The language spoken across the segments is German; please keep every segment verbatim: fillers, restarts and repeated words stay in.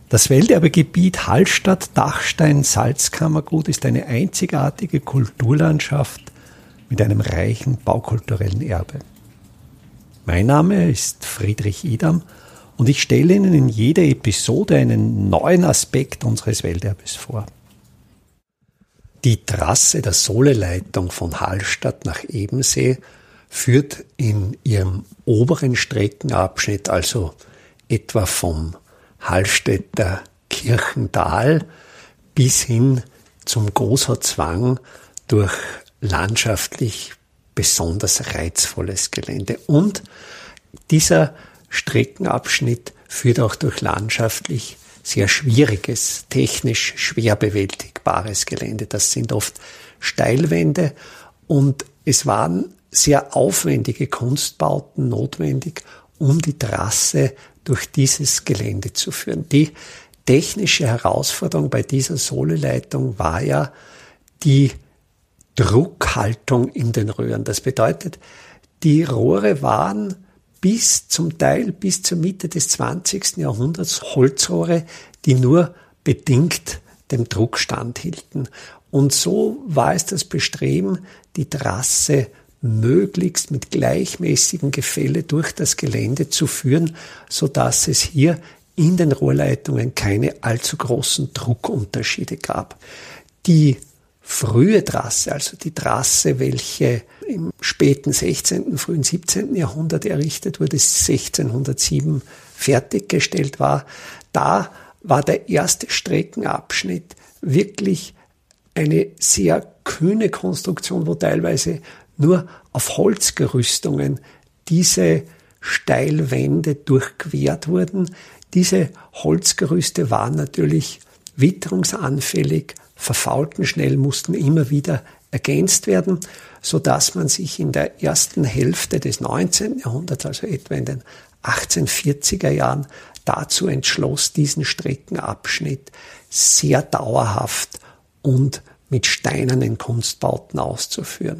Das Welterbegebiet Hallstatt-Dachstein-Salzkammergut ist eine einzigartige Kulturlandschaft mit einem reichen baukulturellen Erbe. Mein Name ist Friedrich Idam und ich stelle Ihnen in jeder Episode einen neuen Aspekt unseres Welterbes vor. Die Trasse der Soleleitung von Hallstatt nach Ebensee führt in ihrem oberen Streckenabschnitt, also etwa vom Hallstätter Kirchental bis hin zum Goshozwang durch landschaftlich besonders reizvolles Gelände. Und dieser Streckenabschnitt führt auch durch landschaftlich sehr schwieriges, technisch schwer bewältigbares Gelände. Das sind oft Steilwände und es waren sehr aufwendige Kunstbauten notwendig, um die Trasse durch dieses Gelände zu führen. Die technische Herausforderung bei dieser Soleleitung war ja die Druckhaltung in den Röhren. Das bedeutet, die Rohre waren bis zum Teil bis zur Mitte des zwanzigsten Jahrhunderts Holzrohre, die nur bedingt dem Druck standhielten. Und so war es das Bestreben, die Trasse möglichst mit gleichmäßigem Gefälle durch das Gelände zu führen, so dass es hier in den Rohrleitungen keine allzu großen Druckunterschiede gab. Die frühe Trasse, also die Trasse, welche im späten sechzehnten, frühen siebzehnten Jahrhundert errichtet wurde, sechzehnhundertsieben fertiggestellt war, da war der erste Streckenabschnitt wirklich eine sehr kühne Konstruktion, wo teilweise nur auf Holzgerüstungen diese Steilwände durchquert wurden. Diese Holzgerüste waren natürlich witterungsanfällig, verfaulten schnell, mussten immer wieder ergänzt werden, so dass man sich in der ersten Hälfte des neunzehnten Jahrhunderts, also etwa in den achtzehnhundertvierziger Jahren, dazu entschloss, diesen Streckenabschnitt sehr dauerhaft und mit steinernen Kunstbauten auszuführen.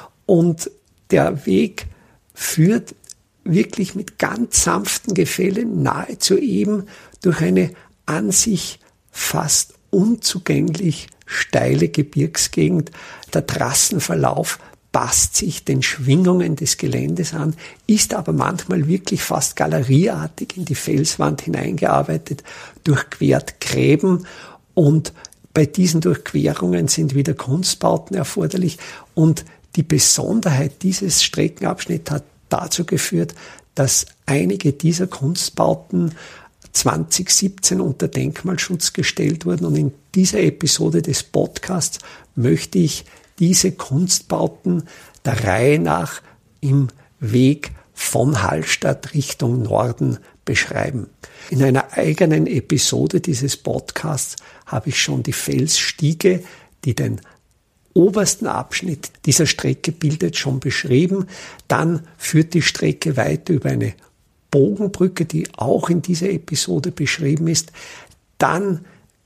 Und der Weg führt wirklich mit ganz sanften Gefällen nahezu eben durch eine an sich fast unzugänglich steile Gebirgsgegend. Der Trassenverlauf passt sich den Schwingungen des Geländes an, ist aber manchmal wirklich fast galerieartig in die Felswand hineingearbeitet, durchquert Gräben und bei diesen Durchquerungen sind wieder Kunstbauten erforderlich und die Besonderheit dieses Streckenabschnitts hat dazu geführt, dass einige dieser Kunstbauten zwanzig siebzehn unter Denkmalschutz gestellt wurden. Und in dieser Episode des Podcasts möchte ich diese Kunstbauten der Reihe nach im Weg von Hallstatt Richtung Norden beschreiben. In einer eigenen Episode dieses Podcasts habe ich schon die Felsstiege, die den obersten Abschnitt dieser Strecke bildet, schon beschrieben. Dann führt die Strecke weiter über eine Bogenbrücke, die auch in dieser Episode beschrieben ist. Dann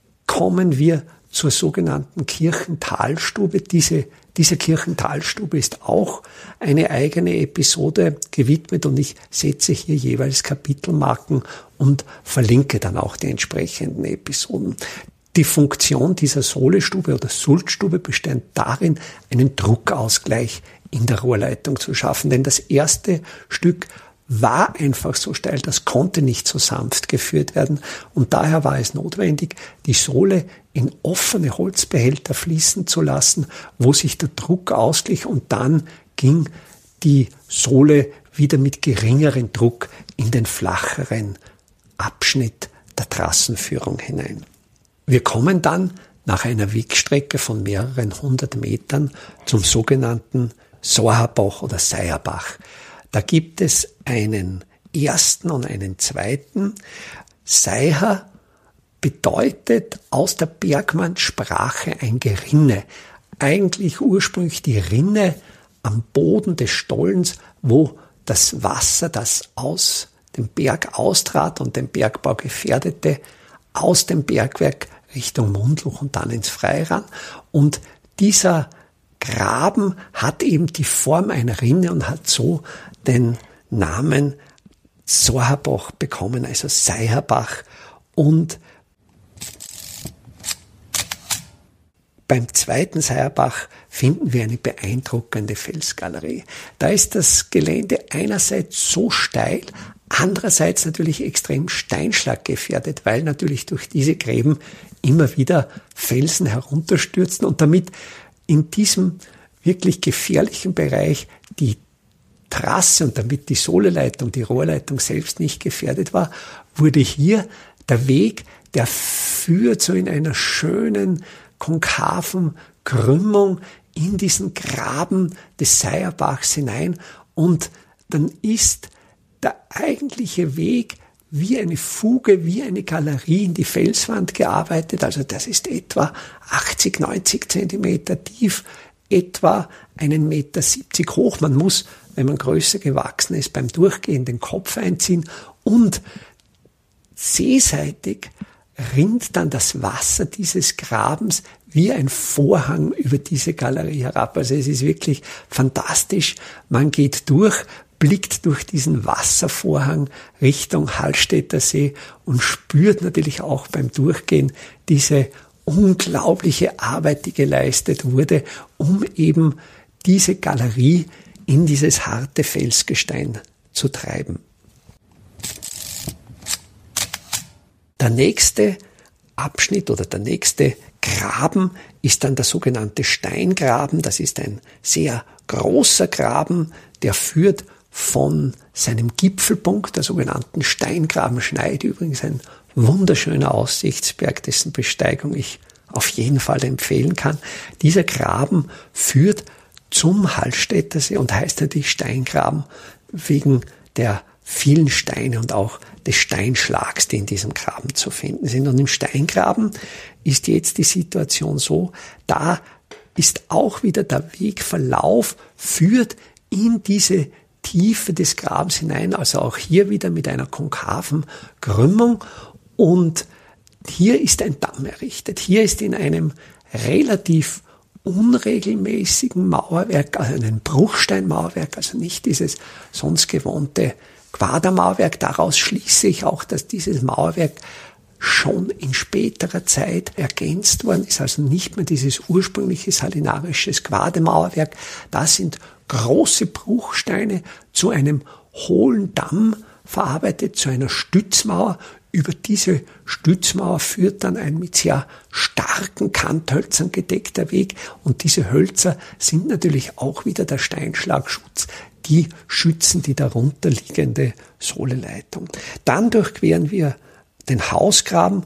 kommen wir zur sogenannten Kirchentalstube. Diese, diese Kirchentalstube ist auch eine eigene Episode gewidmet und ich setze hier jeweils Kapitelmarken und verlinke dann auch die entsprechenden Episoden. Die Funktion dieser Solestube oder Sultstube besteht darin, einen Druckausgleich in der Rohrleitung zu schaffen. Denn das erste Stück war einfach so steil, das konnte nicht so sanft geführt werden. Und daher war es notwendig, die Sohle in offene Holzbehälter fließen zu lassen, wo sich der Druck ausglich und dann ging die Sohle wieder mit geringerem Druck in den flacheren Abschnitt der Trassenführung hinein. Wir kommen dann nach einer Wegstrecke von mehreren hundert Metern zum sogenannten Sorhabach oder Seierbach. Da gibt es einen ersten und einen zweiten. Seiher bedeutet aus der Bergmannssprache ein Gerinne. Eigentlich ursprünglich die Rinne am Boden des Stollens, wo das Wasser, das aus dem Berg austrat und den Bergbau gefährdete, aus dem Bergwerk Richtung Mundluch und dann ins Freiran. Und dieser Graben hat eben die Form einer Rinne und hat so den Namen Sorhabach bekommen, also Seierbach. Und beim zweiten Seierbach finden wir eine beeindruckende Felsgalerie. Da ist das Gelände einerseits so steil, andererseits natürlich extrem steinschlaggefährdet, weil natürlich durch diese Gräben immer wieder Felsen herunterstürzen und damit in diesem wirklich gefährlichen Bereich die Trasse und damit die Sohleleitung, die Rohrleitung selbst nicht gefährdet war, wurde hier der Weg, der führt so in einer schönen, konkaven Krümmung in diesen Graben des Seierbachs hinein und dann ist der eigentliche Weg wie eine Fuge, wie eine Galerie in die Felswand gearbeitet. Also das ist etwa achtzig, neunzig Zentimeter tief, etwa einen Meter siebzig hoch. Man muss, wenn man größer gewachsen ist, beim Durchgehen den Kopf einziehen und seeseitig rinnt dann das Wasser dieses Grabens wie ein Vorhang über diese Galerie herab. Also es ist wirklich fantastisch. Man geht durch, blickt durch diesen Wasservorhang Richtung Hallstätter See und spürt natürlich auch beim Durchgehen diese unglaubliche Arbeit, die geleistet wurde, um eben diese Galerie in dieses harte Felsgestein zu treiben. Der nächste Abschnitt oder der nächste Graben ist dann der sogenannte Steingraben. Das ist ein sehr großer Graben, der führt von seinem Gipfelpunkt, der sogenannten Steingrabenschneide, übrigens ein wunderschöner Aussichtsberg, dessen Besteigung ich auf jeden Fall empfehlen kann. Dieser Graben führt zum Hallstätter See und heißt natürlich Steingraben wegen der vielen Steine und auch des Steinschlags, die in diesem Graben zu finden sind. Und im Steingraben ist jetzt die Situation so, da ist auch wieder der Wegverlauf, führt in diese Tiefe des Grabens hinein, also auch hier wieder mit einer konkaven Krümmung. Und hier ist ein Damm errichtet. Hier ist in einem relativ unregelmäßigen Mauerwerk, also einem Bruchsteinmauerwerk, also nicht dieses sonst gewohnte Quadermauerwerk. Daraus schließe ich auch, dass dieses Mauerwerk schon in späterer Zeit ergänzt worden ist, also nicht mehr dieses ursprüngliche salinarisches Quadermauerwerk. Das sind große Bruchsteine zu einem hohlen Damm verarbeitet, zu einer Stützmauer. Über diese Stützmauer führt dann ein mit sehr starken Kanthölzern gedeckter Weg und diese Hölzer sind natürlich auch wieder der Steinschlagschutz. Die schützen die darunter liegende Sohleleitung. Dann durchqueren wir den Hausgraben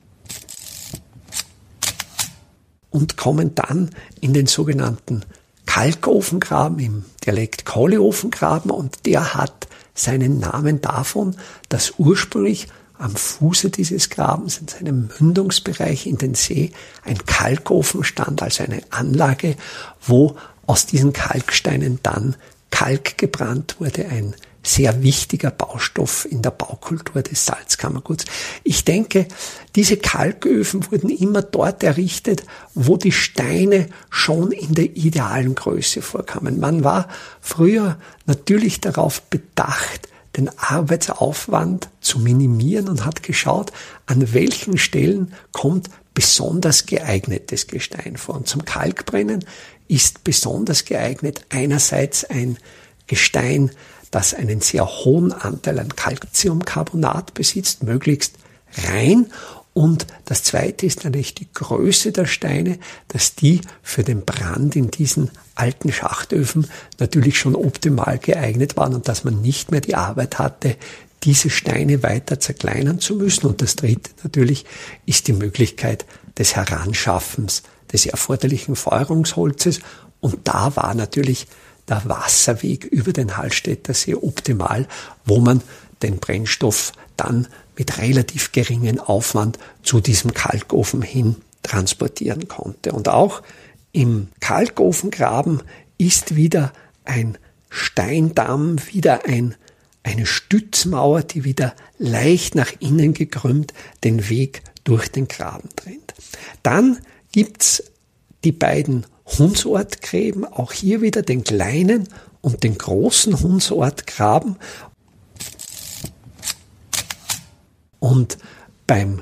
und kommen dann in den sogenannten Kalkofengraben, im Dialekt Kohleofengraben, und der hat seinen Namen davon, dass ursprünglich am Fuße dieses Grabens, in seinem Mündungsbereich in den See, ein Kalkofen stand, also eine Anlage, wo aus diesen Kalksteinen dann Kalk gebrannt wurde, ein sehr wichtiger Baustoff in der Baukultur des Salzkammerguts. Ich denke, diese Kalköfen wurden immer dort errichtet, wo die Steine schon in der idealen Größe vorkamen. Man war früher natürlich darauf bedacht, den Arbeitsaufwand zu minimieren und hat geschaut, an welchen Stellen kommt besonders geeignetes Gestein vor. Und zum Kalkbrennen ist besonders geeignet einerseits ein Gestein, das einen sehr hohen Anteil an Calciumcarbonat besitzt, möglichst rein. Und das Zweite ist natürlich die Größe der Steine, dass die für den Brand in diesen alten Schachtöfen natürlich schon optimal geeignet waren und dass man nicht mehr die Arbeit hatte, diese Steine weiter zerkleinern zu müssen. Und das Dritte natürlich ist die Möglichkeit des Heranschaffens des erforderlichen Feuerungsholzes. Und da war natürlich der Wasserweg über den Hallstätter See optimal, wo man den Brennstoff dann mit relativ geringem Aufwand zu diesem Kalkofen hin transportieren konnte. Und auch im Kalkofengraben ist wieder ein Steindamm, wieder ein, eine Stützmauer, die wieder leicht nach innen gekrümmt den Weg durch den Graben trennt. Dann gibt's die beiden Hundsortgräben, auch hier wieder den kleinen und den großen Hundsortgraben. Und beim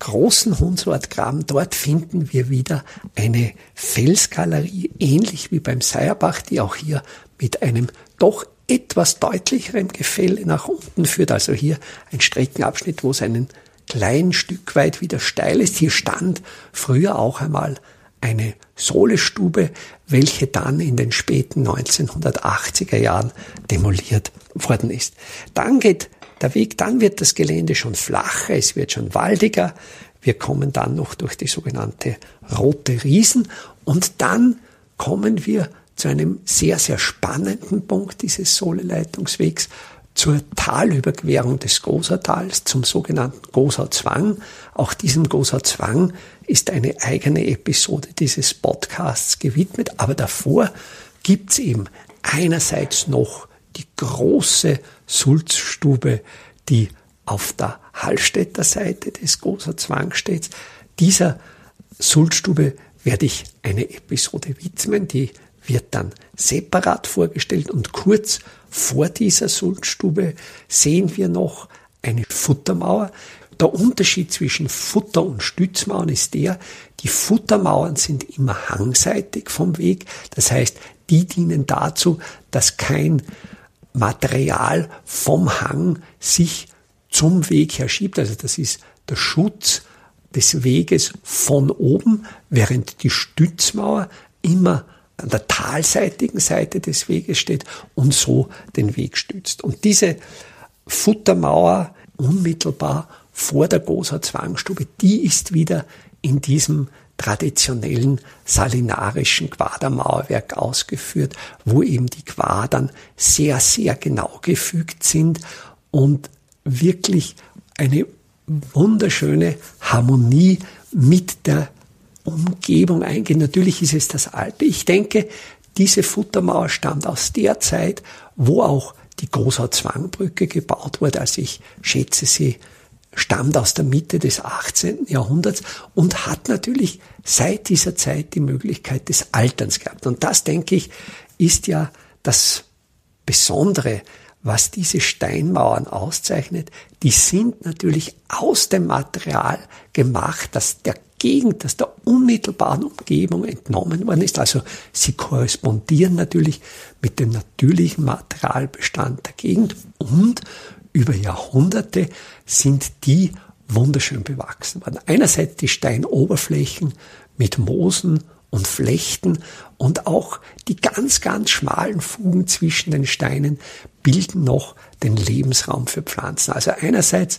großen Hunsrutgraben, dort finden wir wieder eine Felsgalerie, ähnlich wie beim Seierbach, die auch hier mit einem doch etwas deutlicherem Gefälle nach unten führt. Also hier ein Streckenabschnitt, wo es ein kleines Stück weit wieder steil ist. Hier stand früher auch einmal eine Solestube, welche dann in den späten neunzehnhundertachtziger Jahren demoliert worden ist. Dann geht der Weg, dann wird das Gelände schon flacher, es wird schon waldiger. Wir kommen dann noch durch die sogenannte Rote Riesen und dann kommen wir zu einem sehr, sehr spannenden Punkt dieses Soleleitungswegs, zur Talüberquerung des Gosatals, zum sogenannten Gosazwang. Auch diesem Gosazwang ist eine eigene Episode dieses Podcasts gewidmet. Aber davor gibt's eben einerseits noch die große Sulzstube, die auf der Hallstätter Seite des Gosazwangs steht. Dieser Sulzstube werde ich eine Episode widmen, die wird dann separat vorgestellt und kurz vor dieser Sulzstube sehen wir noch eine Futtermauer. Der Unterschied zwischen Futter- und Stützmauern ist der, die Futtermauern sind immer hangseitig vom Weg. Das heißt, die dienen dazu, dass kein Material vom Hang sich zum Weg her schiebt. Also das ist der Schutz des Weges von oben, während die Stützmauer immer an der talseitigen Seite des Weges steht und so den Weg stützt. Und diese Futtermauer unmittelbar vor der Gosazwangstube, die ist wieder in diesem traditionellen salinarischen Quadermauerwerk ausgeführt, wo eben die Quadern sehr, sehr genau gefügt sind und wirklich eine wunderschöne Harmonie mit der Umgebung eingehen. Natürlich ist es das Alte. Ich denke, diese Futtermauer stammt aus der Zeit, wo auch die Gosau-Zwangbrücke gebaut wurde. Also ich schätze, sie stammt aus der Mitte des achtzehnten Jahrhunderts und hat natürlich seit dieser Zeit die Möglichkeit des Alterns gehabt. Und das, denke ich, ist ja das Besondere, was diese Steinmauern auszeichnet. Die sind natürlich aus dem Material gemacht, das der Gegend, das der unmittelbaren Umgebung entnommen worden ist. Also sie korrespondieren natürlich mit dem natürlichen Materialbestand der Gegend und über Jahrhunderte sind die wunderschön bewachsen worden. Einerseits die Steinoberflächen mit Moosen und Flechten und auch die ganz, ganz schmalen Fugen zwischen den Steinen bilden noch den Lebensraum für Pflanzen. Also einerseits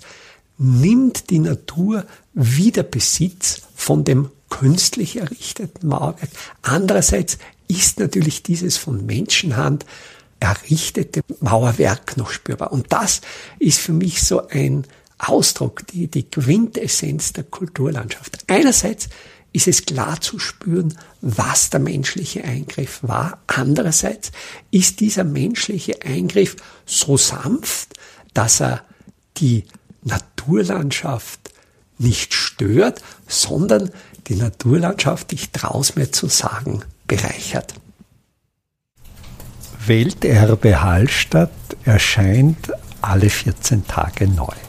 nimmt die Natur wieder Besitz von dem künstlich errichteten Mauerwerk. Andererseits ist natürlich dieses von Menschenhand errichtete Mauerwerk noch spürbar. Und das ist für mich so ein Ausdruck, die, die Quintessenz der Kulturlandschaft. Einerseits ist es klar zu spüren, was der menschliche Eingriff war. Andererseits ist dieser menschliche Eingriff so sanft, dass er die Naturlandschaft nicht stört, sondern die Naturlandschaft, ich traue es mir zu sagen, bereichert. Welterbe Hallstatt erscheint alle vierzehn Tage neu.